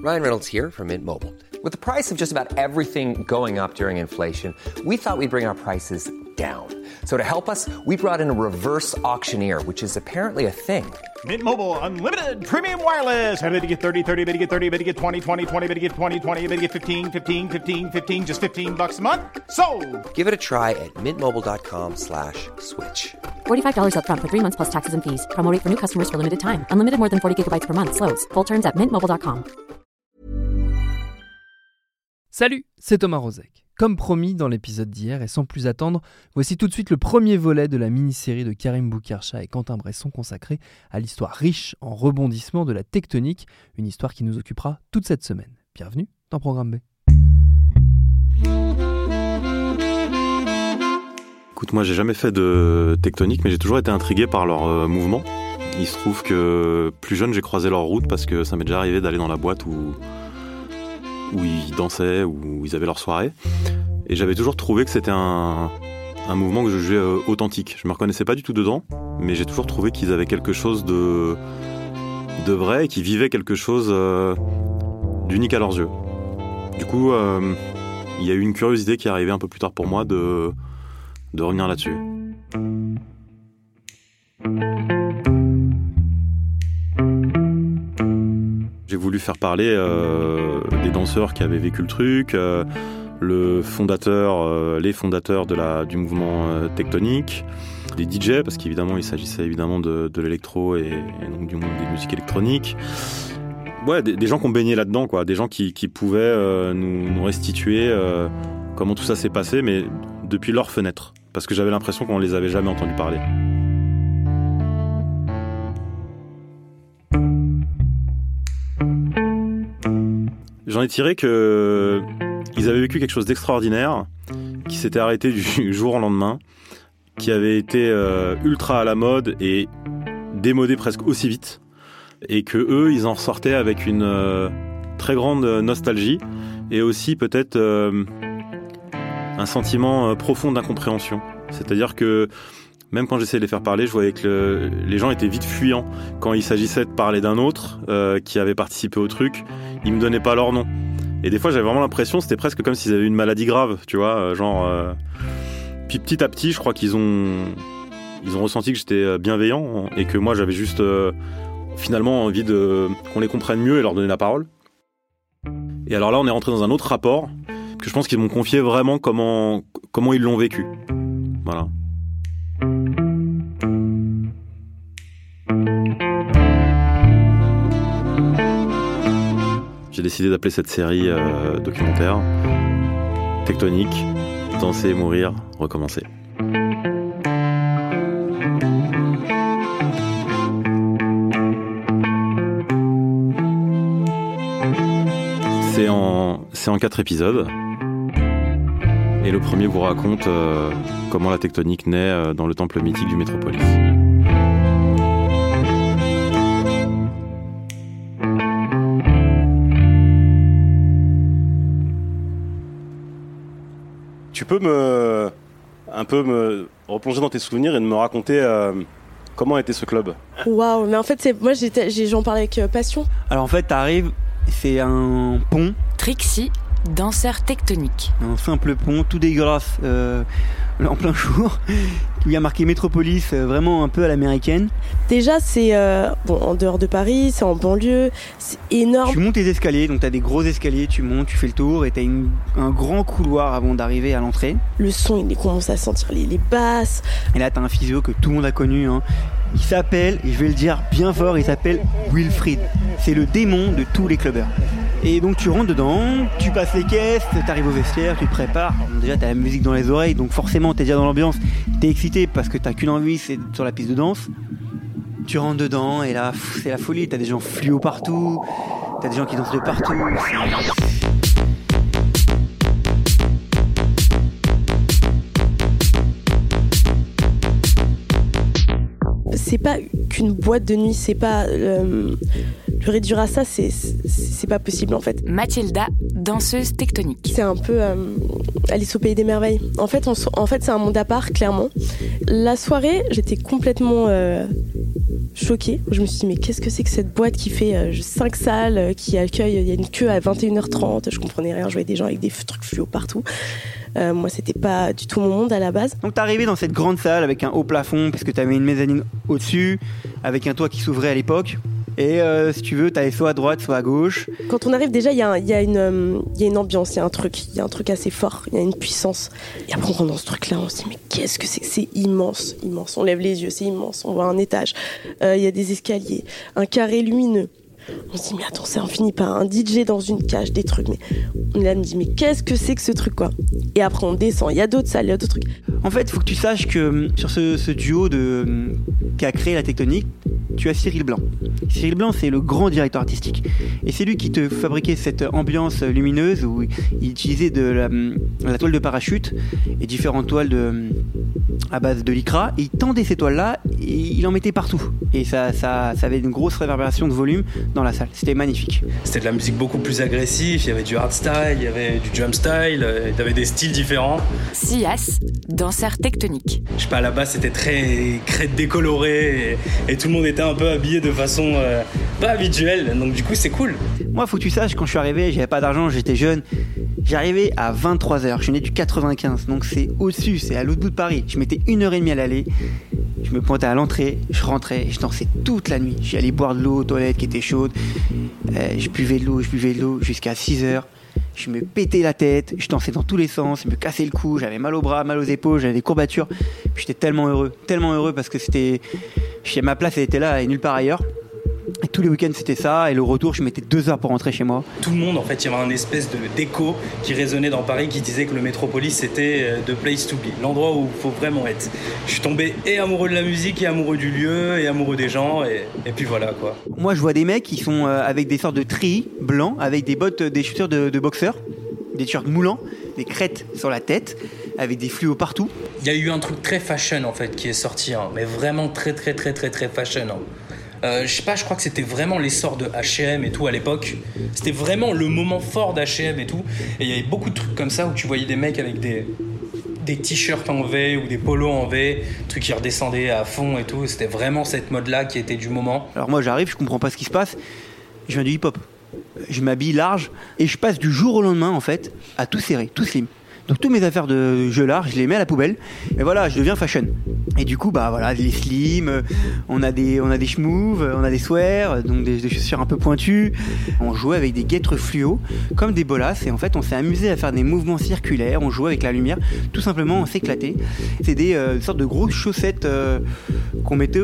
Ryan Reynolds here from Mint Mobile. With the price of just about everything going up during inflation, we thought we'd bring our prices down. So to help us, we brought in a reverse auctioneer, which is apparently a thing. Mint Mobile Unlimited Premium Wireless. How to get 30, 30, bit to get 30, bit to get 20, 20, 20, bit to get 20, 20, bit to get 15, 15, 15, 15, just $15 a month? Sold! Give it a try at mintmobile.com/switch. $45 up front for 3 months plus taxes and fees. Promo rate for new customers for limited time. Unlimited more than 40 gigabytes per month. Slows full terms at mintmobile.com. Salut, c'est Thomas Rozek. Comme promis dans l'épisode d'hier, et sans plus attendre, voici tout de suite le premier volet de la mini-série de Karim Boukercha et Quentin Bresson consacrée à l'histoire riche en rebondissements de la tectonique, une histoire qui nous occupera toute cette semaine. Bienvenue dans Programme B. Écoute, moi j'ai jamais fait de tectonique, mais j'ai toujours été intrigué par leurs mouvements. Il se trouve que plus jeune, j'ai croisé leur route parce que ça m'est déjà arrivé d'aller dans la boîte où ils dansaient, où ils avaient leur soirée. Et j'avais toujours trouvé que c'était un mouvement que je jugeais authentique. Je me reconnaissais pas du tout dedans, mais j'ai toujours trouvé qu'ils avaient quelque chose de vrai et qu'ils vivaient quelque chose d'unique à leurs yeux. Du coup, il y a eu une curiosité qui est arrivée un peu plus tard pour moi de revenir là-dessus. J'ai voulu faire parler des danseurs qui avaient vécu le truc, les fondateurs du mouvement tectonique, les DJ, parce qu'évidemment il s'agissait évidemment de l'électro et donc du monde des musiques électroniques. Ouais, des gens qui ont baigné là-dedans, quoi, des gens qui pouvaient nous restituer comment tout ça s'est passé, mais depuis leur fenêtre, parce que j'avais l'impression qu'on les avait jamais entendus parler. J'en ai tiré qu'ils avaient vécu quelque chose d'extraordinaire, qui s'était arrêté du jour au lendemain, qui avait été ultra à la mode et démodé presque aussi vite, et que eux, ils en ressortaient avec une très grande nostalgie et aussi peut-être un sentiment profond d'incompréhension. C'est-à-dire que même quand j'essayais de les faire parler, je voyais que les gens étaient vite fuyants. Quand il s'agissait de parler d'un autre qui avait participé au truc, ils me donnaient pas leur nom. Et des fois, j'avais vraiment l'impression, c'était presque comme s'ils avaient eu une maladie grave, tu vois, Puis petit à petit, je crois qu'ils ont ressenti que j'étais bienveillant et que moi, j'avais juste finalement envie qu'on les comprenne mieux et leur donner la parole. Et alors là, on est rentré dans un autre rapport que je pense qu'ils m'ont confié vraiment comment ils l'ont vécu. Voilà. J'ai décidé d'appeler cette série documentaire Tectonique, danser, mourir, recommencer. C'est en 4 épisodes. Et le premier vous raconte comment la tectonique naît dans le temple mythique du Métropolis. Tu peux me replonger dans tes souvenirs et me raconter comment était ce club ? Waouh, mais en fait, moi j'en parlais avec passion. Alors en fait, t'arrives, c'est un pont. Trixie, danseur tectonique. Un simple pont, tout dégueulasse, en plein jour, où il y a marqué Métropolis, vraiment un peu à l'américaine. Déjà, c'est en dehors de Paris, c'est en banlieue, c'est énorme. Tu montes les escaliers, donc t'as des gros escaliers, tu montes, tu fais le tour, et t'as un grand couloir avant d'arriver à l'entrée. Le son, il commence à sentir les basses. Et là, t'as un physio que tout le monde a connu, hein. Il s'appelle, et je vais le dire bien fort, il s'appelle Wilfried. C'est le démon de tous les clubbers. Et donc tu rentres dedans, tu passes les caisses, t'arrives au vestiaire, tu te prépares. Déjà t'as la musique dans les oreilles, donc forcément t'es déjà dans l'ambiance. T'es excité parce que t'as qu'une envie, c'est sur la piste de danse. Tu rentres dedans et là, c'est la folie. T'as des gens fluo partout, t'as des gens qui dansent de partout. C'est pas qu'une boîte de nuit, c'est pas... le réduire à ça, c'est pas possible en fait. Mathilda, danseuse tectonique. C'est un peu Alice au pays des merveilles. En fait, c'est un monde à part, clairement. La soirée, j'étais complètement choquée. Je me suis dit, mais qu'est-ce que c'est que cette boîte qui fait 5 salles, qui accueille, il y a une queue à 21h30, je comprenais rien, je voyais des gens avec des trucs fluo partout. Moi, c'était pas du tout mon monde à la base. Donc, t'es arrivé dans cette grande salle avec un haut plafond, parce que t'avais une mezzanine au-dessus, avec un toit qui s'ouvrait à l'époque. Et si tu veux, t'allais soit à droite, soit à gauche. Quand on arrive, déjà, il y a une ambiance, il y a un truc assez fort, il y a une puissance. Et après, on rentre dans ce truc-là, on se dit, mais qu'est-ce que c'est que c'est immense, immense. On lève les yeux, c'est immense, on voit un étage, il y a des escaliers, un carré lumineux. On se dit, mais attends, ça en finit pas. Un DJ dans une cage, des trucs. Mais on est là, me dit, mais qu'est-ce que c'est que ce truc, quoi. Et après, on descend. Il y a d'autres salles, il y a d'autres trucs. En fait, il faut que tu saches que sur ce duo qui a créé la tectonique, tu as Cyril Blanc. Cyril Blanc, c'est le grand directeur artistique. Et c'est lui qui te fabriquait cette ambiance lumineuse où il utilisait de la toile de parachute et différentes toiles à base de lycra. Et il tendait ces toiles-là et il en mettait partout. Et ça avait une grosse réverbération de volume dans la salle. C'était magnifique. C'était de la musique beaucoup plus agressive. Il y avait du hardstyle, il y avait du jumpstyle, il y avait des styles différents. SIAS, danseur tectonique. Je sais pas, là-bas, c'était très décoloré et tout le monde était un peu habillé de façon pas habituelle. Donc du coup, c'est cool. Moi, faut que tu saches, quand je suis arrivé, j'avais pas d'argent, j'étais jeune. J'arrivais à 23h. Je suis né du 95, donc c'est au-dessus, c'est à l'autre bout de Paris. Je mettais 1h30 à l'aller. Je me pointais à l'entrée, je rentrais, je dansais toute la nuit. J'allais boire de l'eau aux toilettes qui était chaude. Je buvais de l'eau jusqu'à 6h. Je me pétais la tête, je dansais dans tous les sens, je me cassais le cou, j'avais mal aux bras, mal aux épaules, j'avais des courbatures. Puis j'étais tellement heureux parce que ma place elle était là et nulle part ailleurs. Et tous les week-ends c'était ça, et le retour je mettais 2 heures pour rentrer chez moi. Tout le monde, en fait, il y avait un espèce d'écho qui résonnait dans Paris qui disait que le Métropolis c'était the place to be, l'endroit où il faut vraiment être. Je suis tombé et amoureux de la musique, et amoureux du lieu, et amoureux des gens, et puis voilà quoi. Moi je vois des mecs qui sont avec des sortes de treillis blancs, avec des bottes, des chaussures de boxeurs, des t-shirts moulants, des crêtes sur la tête, avec des fluos partout. Il y a eu un truc très fashion en fait qui est sorti, mais vraiment très fashion. Je sais pas, je crois que c'était vraiment l'essor de H&M et tout à l'époque. C'était vraiment le moment fort d'H&M et tout. Et il y avait beaucoup de trucs comme ça où tu voyais des mecs avec des t-shirts en V ou des polos en V, trucs qui redescendaient à fond et tout. C'était vraiment cette mode-là qui était du moment. Alors moi j'arrive, je comprends pas ce qui se passe. Je viens du hip-hop. Je m'habille large et je passe du jour au lendemain en fait à tout serré, tout slim. Donc toutes mes affaires de jeu large, je les mets à la poubelle. Et voilà, je deviens fashion. Et du coup, bah voilà, les slims, on a des schmouves, on a des swears, donc des chaussures un peu pointues. On jouait avec des guêtres fluo, comme des bolasses. Et en fait, on s'est amusé à faire des mouvements circulaires. On jouait avec la lumière. Tout simplement, on s'éclatait. C'est des sortes de grosses chaussettes qu'on mettait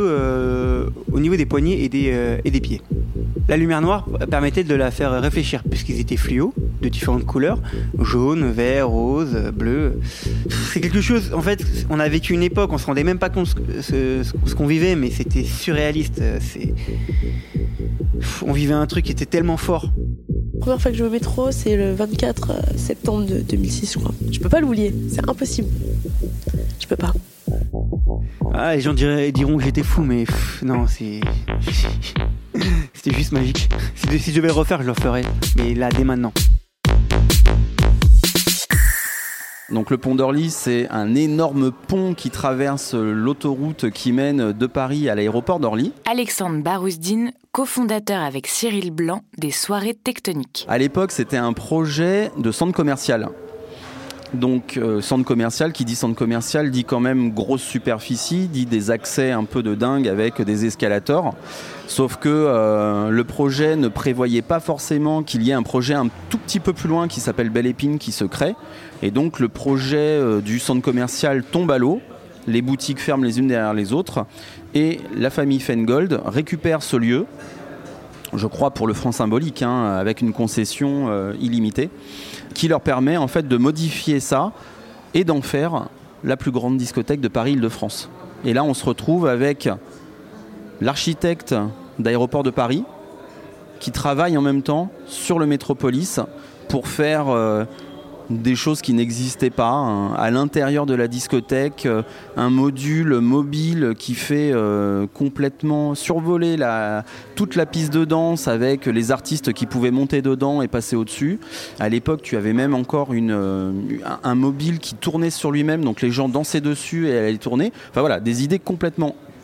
au niveau des poignets et des pieds. La lumière noire permettait de la faire réfléchir, puisqu'ils étaient fluo, de différentes couleurs, jaune, vert, rose, bleu. C'est quelque chose, en fait, on a vécu une époque, on se rendait même pas compte ce qu'on vivait, mais c'était surréaliste. On vivait un truc qui était tellement fort. La première fois que je vais au métro, c'est le 24 septembre de 2006, je crois. Je peux pas l'oublier, c'est impossible. Je peux pas. Ah, les gens diront que j'étais fou, mais non, c'était juste magique. Si je devais le refaire, je le referais. Mais là, dès maintenant. Donc le pont d'Orly, c'est un énorme pont qui traverse l'autoroute qui mène de Paris à l'aéroport d'Orly. Alexandre Barouzdine, cofondateur avec Cyril Blanc des soirées tectoniques. À l'époque, c'était un projet de centre commercial. Donc centre commercial, qui dit centre commercial, dit quand même grosse superficie, dit des accès un peu de dingue avec des escalators. Sauf que le projet ne prévoyait pas forcément qu'il y ait un projet un tout petit peu plus loin qui s'appelle Belle Épine qui se crée. Et donc le projet du centre commercial tombe à l'eau, les boutiques ferment les unes derrière les autres et la famille Feingold récupère ce lieu, je crois pour le franc symbolique, avec une concession illimitée, qui leur permet en fait de modifier ça et d'en faire la plus grande discothèque de Paris-Île-de-France. Et là on se retrouve avec l'architecte d'aéroport de Paris qui travaille en même temps sur le Métropolis pour faire des choses qui n'existaient pas. À l'intérieur de la discothèque, un module mobile qui fait complètement survoler toute la piste de danse avec les artistes qui pouvaient monter dedans et passer au-dessus. À l'époque, tu avais même encore un mobile qui tournait sur lui-même, donc les gens dansaient dessus et allaient tourner. Enfin voilà, des idées complètement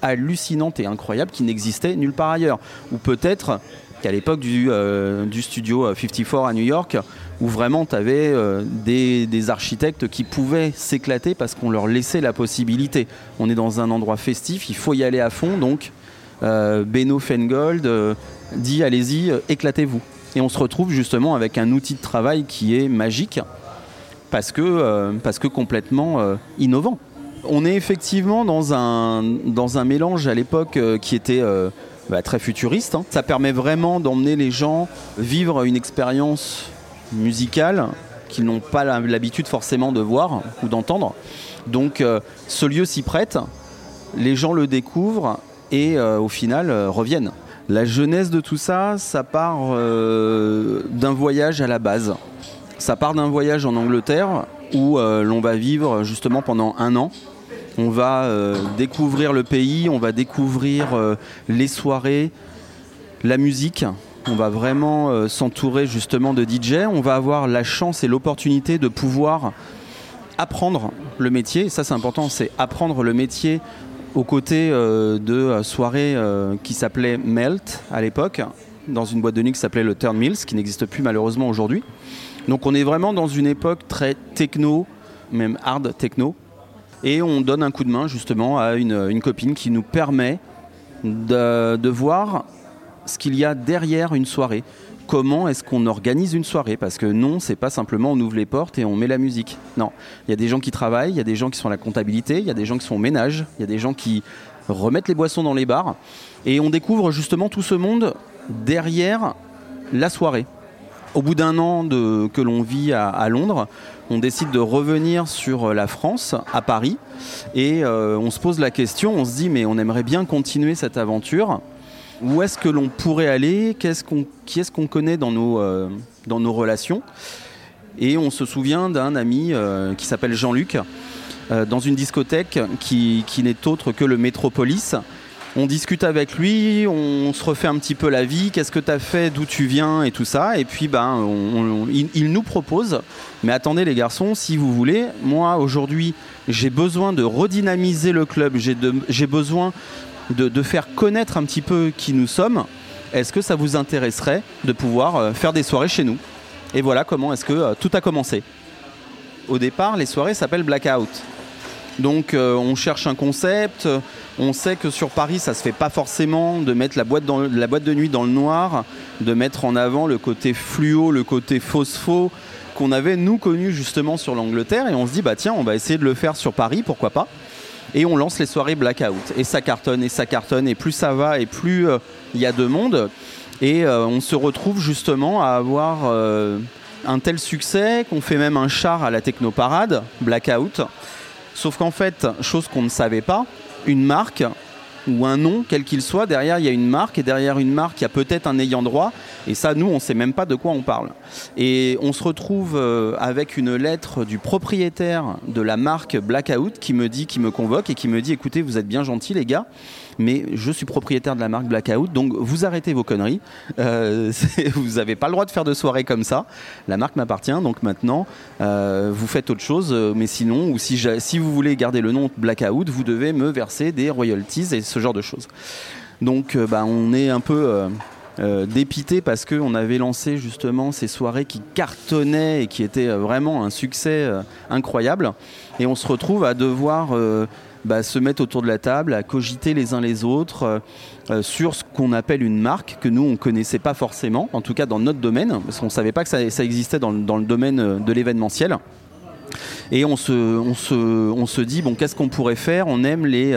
hallucinantes et incroyables qui n'existaient nulle part ailleurs. Ou peut-être qu'à l'époque du studio 54 à New York, où vraiment tu avais des architectes qui pouvaient s'éclater parce qu'on leur laissait la possibilité. On est dans un endroit festif, il faut y aller à fond, donc Benno Feingold dit allez-y, éclatez-vous. Et on se retrouve justement avec un outil de travail qui est magique parce que complètement innovant. On est effectivement dans un mélange à l'époque qui était très futuriste. Ça permet vraiment d'emmener les gens vivre une expérience musicale qu'ils n'ont pas l'habitude forcément de voir ou d'entendre. Donc ce lieu s'y prête, les gens le découvrent et au final reviennent. La genèse de tout ça, ça part d'un voyage à la base. Ça part d'un voyage en Angleterre où l'on va vivre justement pendant 1 an. On va découvrir le pays, on va découvrir les soirées, la musique. On va vraiment s'entourer justement de DJ. On va avoir la chance et l'opportunité de pouvoir apprendre le métier. Et ça, c'est important, c'est apprendre le métier aux côtés de soirées qui s'appelaient Melt à l'époque, dans une boîte de nuit qui s'appelait le Turn Mills, qui n'existe plus malheureusement aujourd'hui. Donc on est vraiment dans une époque très techno, même hard techno. Et on donne un coup de main justement à une copine qui nous permet de voir ce qu'il y a derrière une soirée. Comment est-ce qu'on organise une soirée ? Parce que non, c'est pas simplement on ouvre les portes et on met la musique. Non, il y a des gens qui travaillent, il y a des gens qui sont à la comptabilité, il y a des gens qui sont au ménage, il y a des gens qui remettent les boissons dans les bars. Et on découvre justement tout ce monde derrière la soirée. Au bout d'1 an que l'on vit à Londres, on décide de revenir sur la France, à Paris. Et on se pose la question, on se dit mais on aimerait bien continuer cette aventure. Où est-ce que l'on pourrait aller ? Qui est-ce qu'on connaît dans nos relations ? Et on se souvient d'un ami qui s'appelle Jean-Luc, dans une discothèque qui n'est autre que le Métropolis. On discute avec lui, on se refait un petit peu la vie, qu'est-ce que tu as fait, d'où tu viens et tout ça. Et puis il nous propose, mais attendez les garçons, si vous voulez, moi aujourd'hui j'ai besoin de redynamiser le club, j'ai besoin de faire connaître un petit peu qui nous sommes. Est-ce que ça vous intéresserait de pouvoir faire des soirées chez nous ? Et voilà comment est-ce que tout a commencé. Au départ, les soirées s'appellent Blackout. Donc on cherche un concept, on sait que sur Paris ça se fait pas forcément de mettre la boîte de nuit dans le noir, de mettre en avant le côté fluo, le côté phospho qu'on avait nous connu justement sur l'Angleterre, et on se dit bah tiens, on va essayer de le faire sur Paris, pourquoi pas. Et on lance les soirées Blackout. Et ça cartonne, et plus ça va, et plus il y a de monde. Et on se retrouve justement à avoir un tel succès qu'on fait même un char à la Technoparade, Blackout. Sauf qu'en fait, chose qu'on ne savait pas, une marque ou un nom, quel qu'il soit, derrière il y a une marque, et derrière une marque il y a peut-être un ayant droit, et ça nous on ne sait même pas de quoi on parle. Et on se retrouve avec une lettre du propriétaire de la marque Blackout qui me convoque et qui me dit écoutez, vous êtes bien gentils les gars, mais je suis propriétaire de la marque Blackout, donc vous arrêtez vos conneries, vous n'avez pas le droit de faire de soirée comme ça, la marque m'appartient, donc maintenant vous faites autre chose, mais sinon, ou si vous voulez garder le nom Blackout, vous devez me verser des royalties et ce genre de choses. Donc on est un peu dépité parce qu'on avait lancé justement ces soirées qui cartonnaient et qui étaient vraiment un succès incroyable, et on se retrouve à devoir se mettre autour de la table, à cogiter les uns les autres sur ce qu'on appelle une marque que nous on ne connaissait pas forcément, en tout cas dans notre domaine, parce qu'on ne savait pas que ça existait dans le domaine de l'événementiel. Et on se dit bon, qu'est-ce qu'on pourrait faire ? On aime les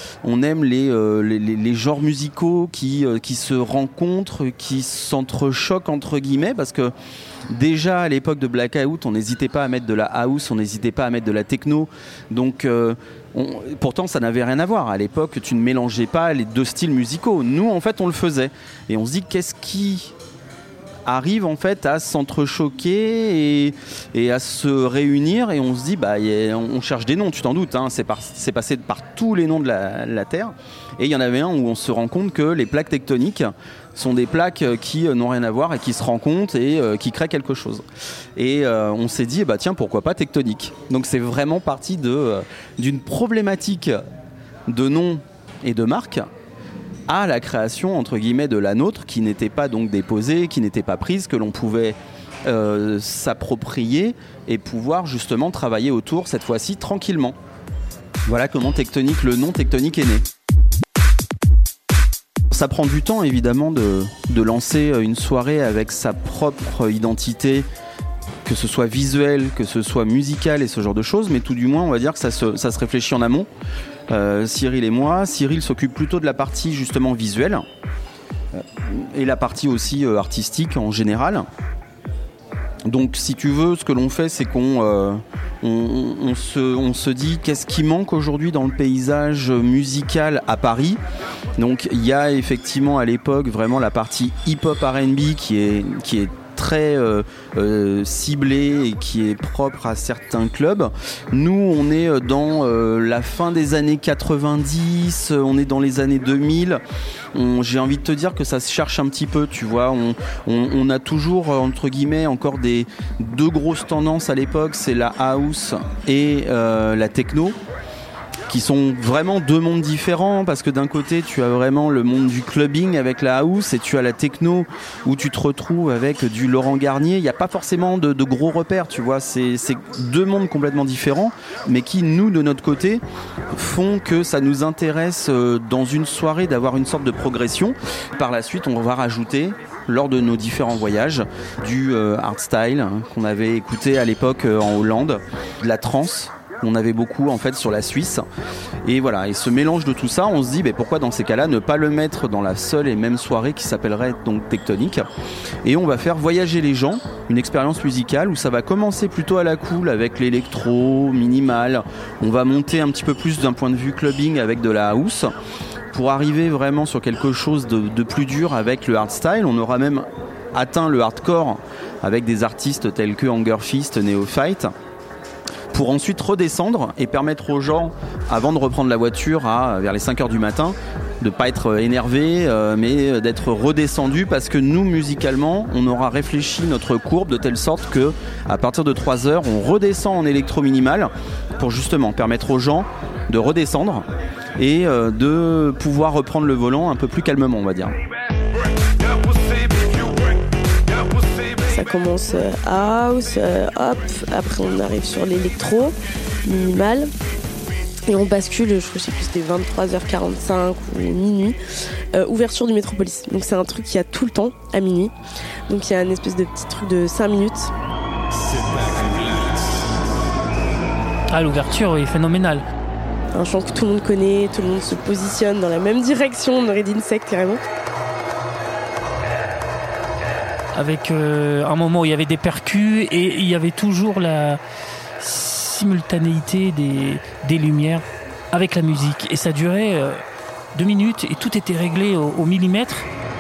genres musicaux qui se rencontrent, qui s'entrechoquent entre guillemets, parce que déjà à l'époque de Blackout, on n'hésitait pas à mettre de la house, on n'hésitait pas à mettre de la techno. Donc pourtant ça n'avait rien à voir. À l'époque, tu ne mélangeais pas les deux styles musicaux. Nous en fait on le faisait. Et on se dit qu'est-ce qui arrive en fait à s'entrechoquer et à se réunir, et on se dit on cherche des noms, tu t'en doutes, hein, c'est passé par tous les noms de la Terre, et il y en avait un où on se rend compte que les plaques tectoniques sont des plaques qui n'ont rien à voir et qui se rencontrent et qui créent quelque chose. Et on s'est dit tiens, pourquoi pas tectonique. Donc c'est vraiment parti d'une problématique de nom et de marque à la création entre guillemets de la nôtre, qui n'était pas donc déposée, qui n'était pas prise, que l'on pouvait s'approprier et pouvoir justement travailler autour cette fois-ci tranquillement. Voilà comment Tectonic, le nom Tectonic est né. Ça prend du temps évidemment de lancer une soirée avec sa propre identité, que ce soit visuel, que ce soit musical et ce genre de choses, mais tout du moins on va dire que ça se réfléchit en amont. Cyril et moi, Cyril s'occupe plutôt de la partie justement visuelle et la partie aussi artistique en général. Donc si tu veux, ce que l'on fait, c'est qu'on se dit qu'est-ce qui manque aujourd'hui dans le paysage musical à Paris. Donc il y a effectivement à l'époque vraiment la partie hip-hop R&B qui est très ciblée et qui est propre à certains clubs. Nous, on est dans la fin des années 90, on est dans les années 2000. J'ai envie de te dire que ça se cherche un petit peu, tu vois. On a toujours, entre guillemets, encore deux grosses tendances à l'époque, c'est la house et la techno, qui sont vraiment deux mondes différents, parce que d'un côté tu as vraiment le monde du clubbing avec la house et tu as la techno où tu te retrouves avec du Laurent Garnier. Il n'y a pas forcément de gros repères, tu vois, c'est deux mondes complètement différents, mais qui nous de notre côté font que ça nous intéresse dans une soirée d'avoir une sorte de progression. Par la suite on va rajouter lors de nos différents voyages du hardstyle qu'on avait écouté à l'époque en Hollande, de la trance. On avait beaucoup en fait sur la Suisse, et voilà, et ce mélange de tout ça, on se dit pourquoi dans ces cas-là ne pas le mettre dans la seule et même soirée qui s'appellerait donc Tectonic, et on va faire voyager les gens, une expérience musicale où ça va commencer plutôt à la cool avec l'électro minimal, on va monter un petit peu plus d'un point de vue clubbing avec de la house, pour arriver vraiment sur quelque chose de plus dur avec le hardstyle. On aura même atteint le hardcore avec des artistes tels que Hungerfist, Neophyte, pour ensuite redescendre et permettre aux gens, avant de reprendre la voiture vers les 5h du matin, de ne pas être énervé, mais d'être redescendu, parce que nous, musicalement, on aura réfléchi notre courbe de telle sorte que à partir de 3h, on redescend en électro minimal pour justement permettre aux gens de redescendre et de pouvoir reprendre le volant un peu plus calmement, on va dire. Ça commence house, hop, après on arrive sur l'électro, minimal, et on bascule, je sais plus, c'était 23h45 ou minuit, ouverture du Métropolis. Donc c'est un truc qu'il y a tout le temps, à minuit. Donc il y a une espèce de petit truc de 5 minutes. Ah, l'ouverture est phénoménale. Un chant que tout le monde connaît, tout le monde se positionne dans la même direction, on aurait dit une secte carrément. Avec un moment où il y avait des percus et il y avait toujours la simultanéité des lumières avec la musique. Et ça durait 2 minutes et tout était réglé au millimètre.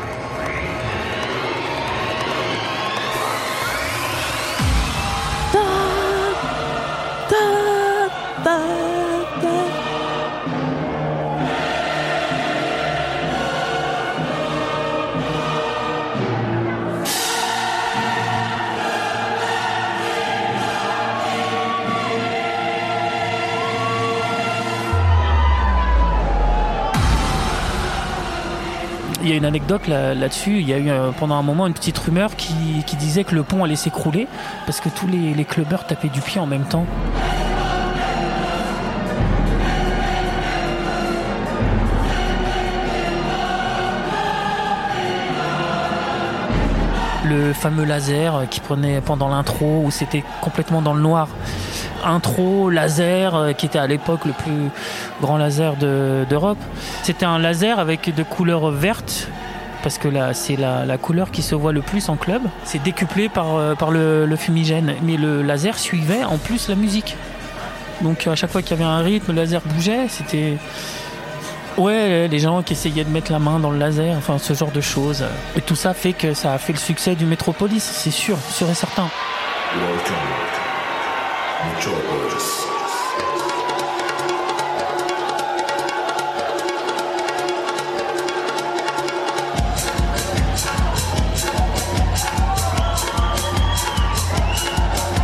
Il y a une anecdote là-dessus, il y a eu pendant un moment une petite rumeur qui disait que le pont allait s'écrouler parce que tous les clubbers tapaient du pied en même temps. Le fameux laser qui prenait pendant l'intro où c'était complètement dans le noir. Intro, laser, qui était à l'époque le plus grand laser d'Europe. C'était un laser avec de couleurs vertes, parce que là, c'est la couleur qui se voit le plus en club. C'est décuplé par le fumigène, mais le laser suivait en plus la musique. Donc à chaque fois qu'il y avait un rythme, le laser bougeait, c'était... Ouais, les gens qui essayaient de mettre la main dans le laser, enfin ce genre de choses. Et tout ça fait que ça a fait le succès du Métropolis, c'est sûr et certain.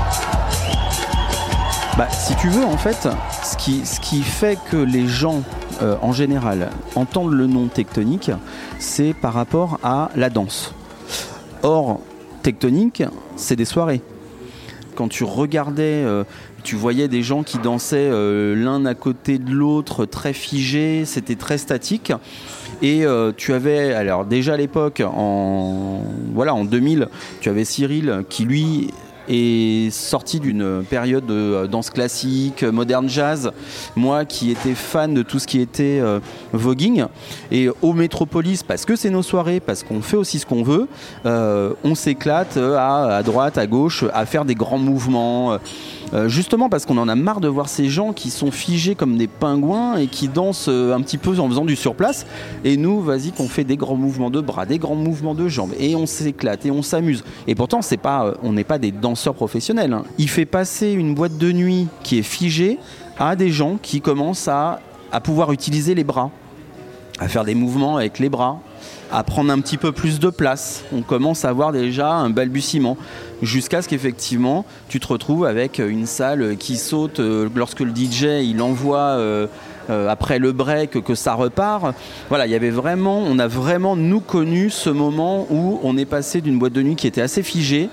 Si tu veux, en fait, ce qui fait que les gens en général, entendent le nom tectonique, c'est par rapport à la danse. Or, tectonique, c'est des soirées. Quand tu regardais, tu voyais des gens qui dansaient l'un à côté de l'autre, très figés, c'était très statique. Et tu avais, alors déjà à l'époque, en 2000, tu avais Cyril qui lui est sorti d'une période de danse classique, moderne jazz. Moi qui étais fan de tout ce qui était voguing. Et au Métropolis, parce que c'est nos soirées, parce qu'on fait aussi ce qu'on veut, on s'éclate à droite, à gauche, à faire des grands mouvements. Justement parce qu'on en a marre de voir ces gens qui sont figés comme des pingouins et qui dansent un petit peu en faisant du surplace. Et nous, vas-y, qu'on fait des grands mouvements de bras, des grands mouvements de jambes, et on s'éclate et on s'amuse. Et pourtant, on n'est pas des danseurs professionnels, hein. Il fait passer une boîte de nuit qui est figée à des gens qui commencent à pouvoir utiliser les bras, à faire des mouvements avec les bras, à prendre un petit peu plus de place. On commence à avoir déjà un balbutiement jusqu'à ce qu'effectivement tu te retrouves avec une salle qui saute lorsque le DJ il envoie après le break que ça repart. Voilà, on a vraiment nous connu ce moment où on est passé d'une boîte de nuit qui était assez figée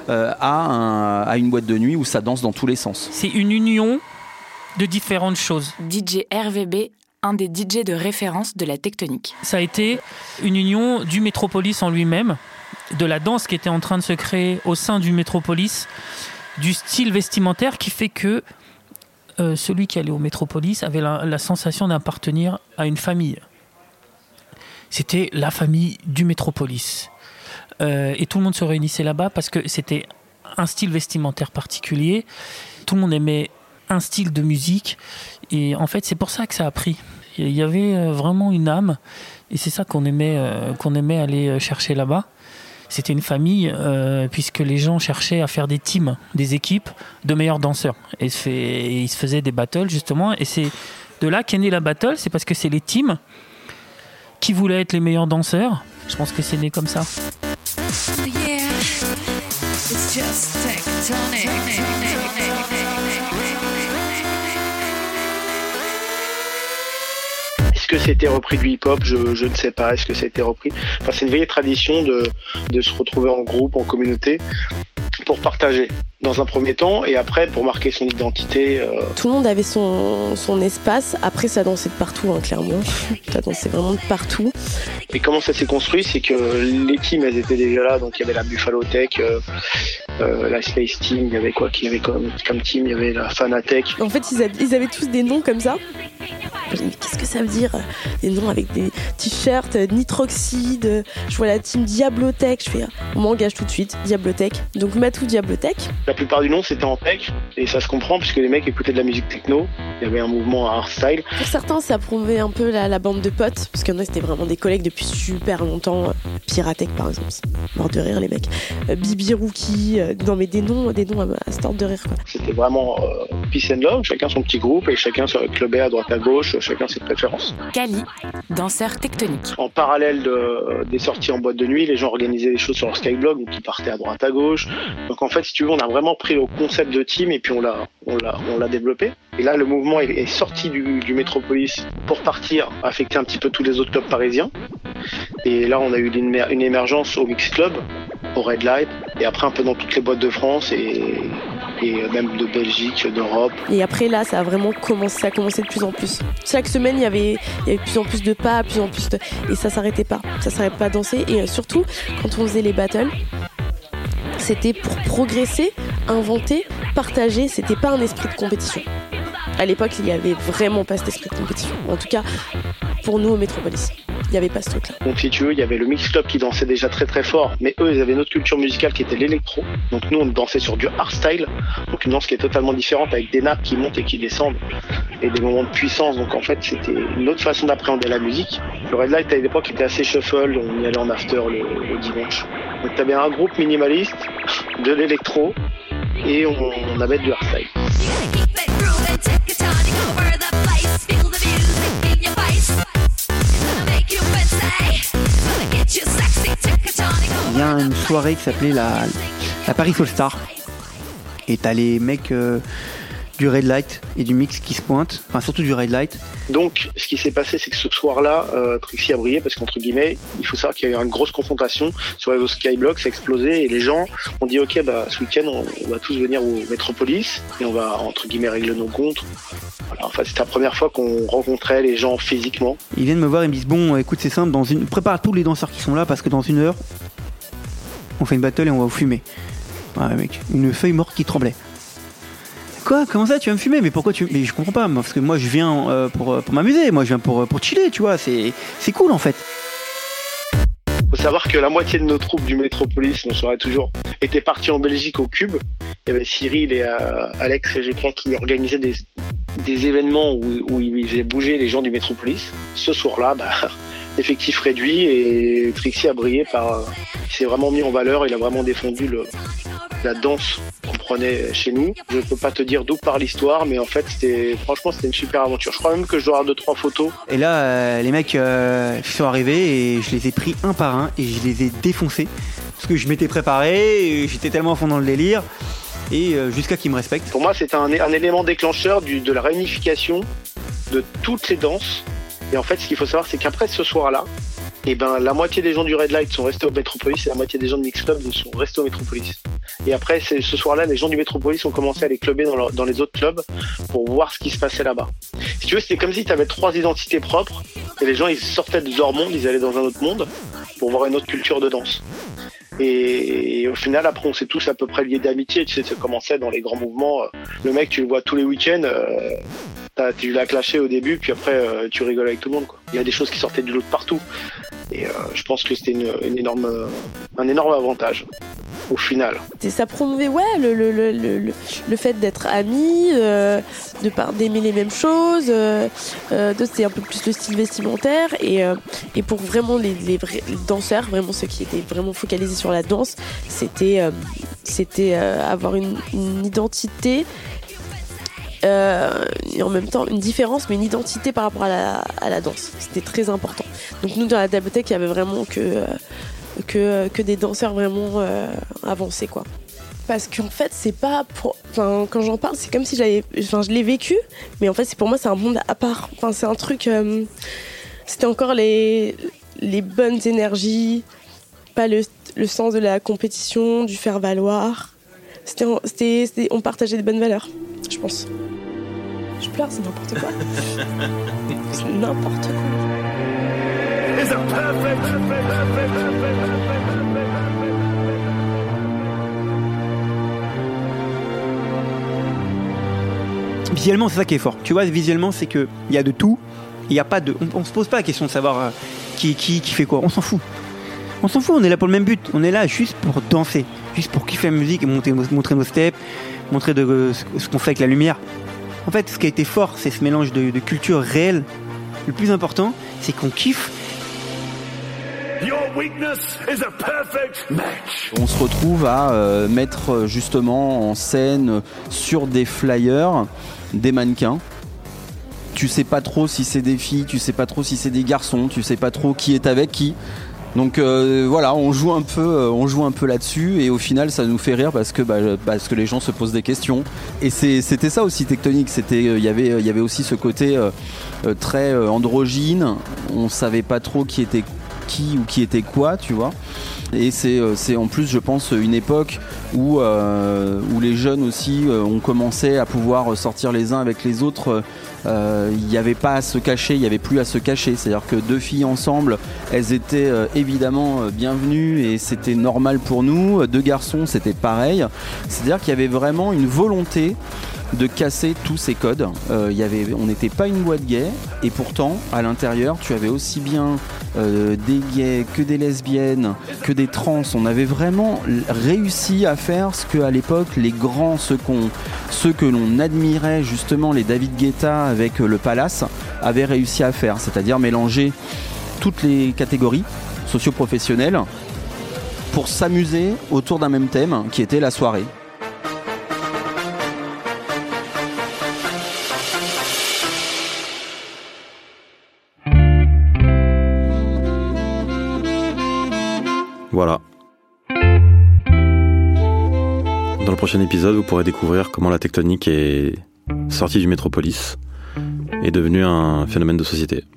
à une boîte de nuit où ça danse dans tous les sens. C'est une union de différentes choses. DJ RVB, un des DJ de référence de la tectonique. Ça a été une union du Métropolis en lui-même, de la danse qui était en train de se créer au sein du Métropolis, du style vestimentaire qui fait que celui qui allait au Métropolis avait la sensation d'appartenir à une famille. C'était la famille du Métropolis. Et tout le monde se réunissait là-bas parce que c'était un style vestimentaire particulier. Tout le monde aimait un style de musique. Et en fait, c'est pour ça que ça a pris. Il y avait vraiment une âme. Et c'est ça qu'on aimait aller chercher là-bas. C'était une famille, puisque les gens cherchaient à faire des teams, des équipes de meilleurs danseurs. Et ils se faisaient des battles, justement. Et c'est de là qu'est née la battle. C'est parce que c'est les teams qui voulaient être les meilleurs danseurs. Je pense que c'est né comme ça. Est-ce que c'était repris du hip-hop ? Je ne sais pas. Est-ce que ça a été repris ? Enfin, c'est une vieille tradition de se retrouver en groupe, en communauté, pour partager dans un premier temps et après pour marquer son identité. Tout le monde avait son espace. Après, ça dansait de partout, hein, clairement. Ça dansait vraiment de partout. Et comment ça s'est construit ? C'est que les teams, elles étaient déjà là. Donc il y avait la Buffalo Tech, la Space Team. Il y avait quoi qu'il y avait comme team ? Il y avait la Fanatech. En fait, ils avaient tous des noms comme ça. Je me dis, mais qu'est-ce que ça veut dire ? Des noms avec des t-shirts, Nitroxide. Je vois la team Diablotech. Je fais, on m'engage tout de suite, Diablotech. Donc Matou Diablotech. La plupart du nom c'était en tech et ça se comprend puisque les mecs écoutaient de la musique techno. Il y avait un mouvement à hardstyle. Pour certains, ça prouvait un peu la bande de potes, parce que moi c'était vraiment des collègues depuis super longtemps. Piratech par exemple, mort de rire les mecs. Bibi Rookie, non mais des noms à se tordre de rire quoi. C'était vraiment peace and love, chacun son petit groupe et chacun se clubait à droite à gauche, chacun ses préférences. Kali, danseur tectonique. En parallèle des sorties en boîte de nuit, les gens organisaient des choses sur leur Skyblog, donc ils partaient à droite à gauche. Donc en fait, si tu veux, on a vraiment pris le concept de team et puis on l'a développé. Et là, le mouvement est sorti du Métropolis pour partir, affecter un petit peu tous les autres clubs parisiens. Et là, on a eu une émergence au Mix Club, au Red Light, et après un peu dans toutes les boîtes de France et même de Belgique, d'Europe. Et après là, ça a vraiment commencé de plus en plus. Chaque semaine, il y avait de plus en plus de pas, et ça s'arrêtait pas de danser. Et surtout, quand on faisait les battles, c'était pour progresser, inventer, partager. C'était pas un esprit de compétition. À l'époque, il y avait vraiment pas cet esprit de compétition. En tout cas, pour nous au Métropolis. Il n'y avait pas ce truc-là. Donc si tu veux, il y avait le Mix Club qui dansait déjà très très fort, mais eux, ils avaient une autre culture musicale qui était l'électro. Donc nous, on dansait sur du hardstyle, donc une danse qui est totalement différente avec des nappes qui montent et qui descendent et des moments de puissance. Donc en fait, c'était une autre façon d'appréhender la musique. Le Red Light à l'époque était assez shuffle, on y allait en after le dimanche. Donc tu avais un groupe minimaliste, de l'électro et on avait du hardstyle. Il y a une soirée qui s'appelait la Paris All Star. Et t'as les mecs du red light et du mix qui se pointe, enfin surtout du red light. Donc, ce qui s'est passé, c'est que ce soir-là, Trixie a brillé parce qu'entre guillemets, il faut savoir qu'il y a eu une grosse confrontation sur les Skyblock, ça a explosé et les gens ont dit ok, ce week-end, on va tous venir au Metropolis et on va entre guillemets régler nos comptes. Voilà, enfin, c'était la première fois qu'on rencontrait les gens physiquement. Ils viennent me voir et me disent bon, écoute, c'est simple, prépare tous les danseurs qui sont là parce que dans 1 heure, on fait une battle et on va vous fumer. Ouais, mec, une feuille morte qui tremblait. Quoi ? Comment ça tu vas me fumer ? Mais pourquoi Mais je comprends pas, parce que moi je viens pour m'amuser, moi je viens pour chiller, tu vois, c'est cool en fait. Faut savoir que la moitié de nos troupes du Metropolis, on saurait toujours, étaient partis en Belgique au Cube. Il y avait Cyril et Alex, je crois, qui organisaient des événements où ils faisaient bouger les gens du Metropolis. Ce soir-là, effectif réduit et Trixie a brillé il s'est vraiment mis en valeur, il a vraiment défendu la danse qu'on prenait chez nous. Je peux pas te dire d'où part l'histoire, mais en fait c'était une super aventure. Je crois même que je dois avoir 2-3 photos. Et là les mecs sont arrivés et je les ai pris un par un et je les ai défoncés parce que je m'étais préparé et j'étais tellement à fond dans le délire et jusqu'à qu'ils me respectent. Pour moi c'était un élément déclencheur de la réunification de toutes les danses. Et en fait, ce qu'il faut savoir, c'est qu'après ce soir-là, la moitié des gens du Red Light sont restés au Metropolis et la moitié des gens de Mix Club sont restés au Metropolis. Et après, ce soir-là, les gens du Metropolis ont commencé à les clubber dans les autres clubs pour voir ce qui se passait là-bas. Si tu veux, c'était comme si tu avais 3 identités propres et les gens, ils sortaient de leur monde, ils allaient dans un autre monde pour voir une autre culture de danse. Et au final, après, on s'est tous à peu près liés d'amitié. Tu sais, ça commençait dans les grands mouvements. Le mec, tu le vois tous les week-ends. Tu l'as clashé au début, puis après, tu rigoles avec tout le monde, quoi. Il y a des choses qui sortaient du lot de partout. Et je pense que c'était un énorme avantage, au final. Ça promouvait, le fait d'être amis, d'aimer les mêmes choses, c'était un peu plus le style vestimentaire. Et pour vraiment les vrais danseurs, vraiment ceux qui étaient vraiment focalisés sur la danse, c'était avoir une identité. Et en même temps une différence mais une identité par rapport à la danse, c'était très important. Donc nous dans la Dabothèque il y avait vraiment que des danseurs vraiment avancés, quoi. Parce qu'en fait c'est pas quand j'en parle c'est comme si je l'ai vécu, mais en fait pour moi c'est un monde à part. Enfin c'est un truc, c'était encore les bonnes énergies, pas le sens de la compétition, du faire valoir. On partageait des bonnes valeurs, je pense. Je pleure, c'est n'importe quoi. C'est n'importe quoi. Visuellement, c'est ça qui est fort. Tu vois, visuellement, c'est qu'il y a de tout. Il y a pas de. On se pose pas la question de savoir qui fait quoi. On s'en fout. On s'en fout, on est là pour le même but. On est là juste pour danser, juste pour kiffer la musique et montrer nos steps, montrer ce qu'on fait avec la lumière. En fait, ce qui a été fort, c'est ce mélange de culture réelle. Le plus important, c'est qu'on kiffe. On se retrouve à mettre justement en scène sur des flyers des mannequins. Tu sais pas trop si c'est des filles, tu sais pas trop si c'est des garçons, tu sais pas trop qui est avec qui. Donc voilà, on joue un peu là-dessus et au final ça nous fait rire parce que les gens se posent des questions. Et c'était ça aussi Tectonique, il y avait aussi ce côté très androgyne. On savait pas trop qui était qui ou qui était quoi, tu vois. Et c'est en plus je pense une époque où les jeunes aussi ont commencé à pouvoir sortir les uns avec les autres. Il n'y avait pas à se cacher, il n'y avait plus à se cacher. C'est-à-dire que 2 filles ensemble, elles étaient évidemment bienvenues et c'était normal pour nous. 2 garçons, c'était pareil. C'est-à-dire qu'il y avait vraiment une volonté de casser tous ces codes. On n'était pas une boîte gay et pourtant à l'intérieur tu avais aussi bien des gays que des lesbiennes que des trans. On avait vraiment réussi à faire ce que à l'époque les grands, ceux que l'on admirait justement, les David Guetta avec le Palace, avaient réussi à faire, c'est-à-dire mélanger toutes les catégories socio-professionnelles pour s'amuser autour d'un même thème qui était la soirée. Voilà. Dans le prochain épisode, vous pourrez découvrir comment la Tectonique est sorti du Métropolis, est devenu un phénomène de société.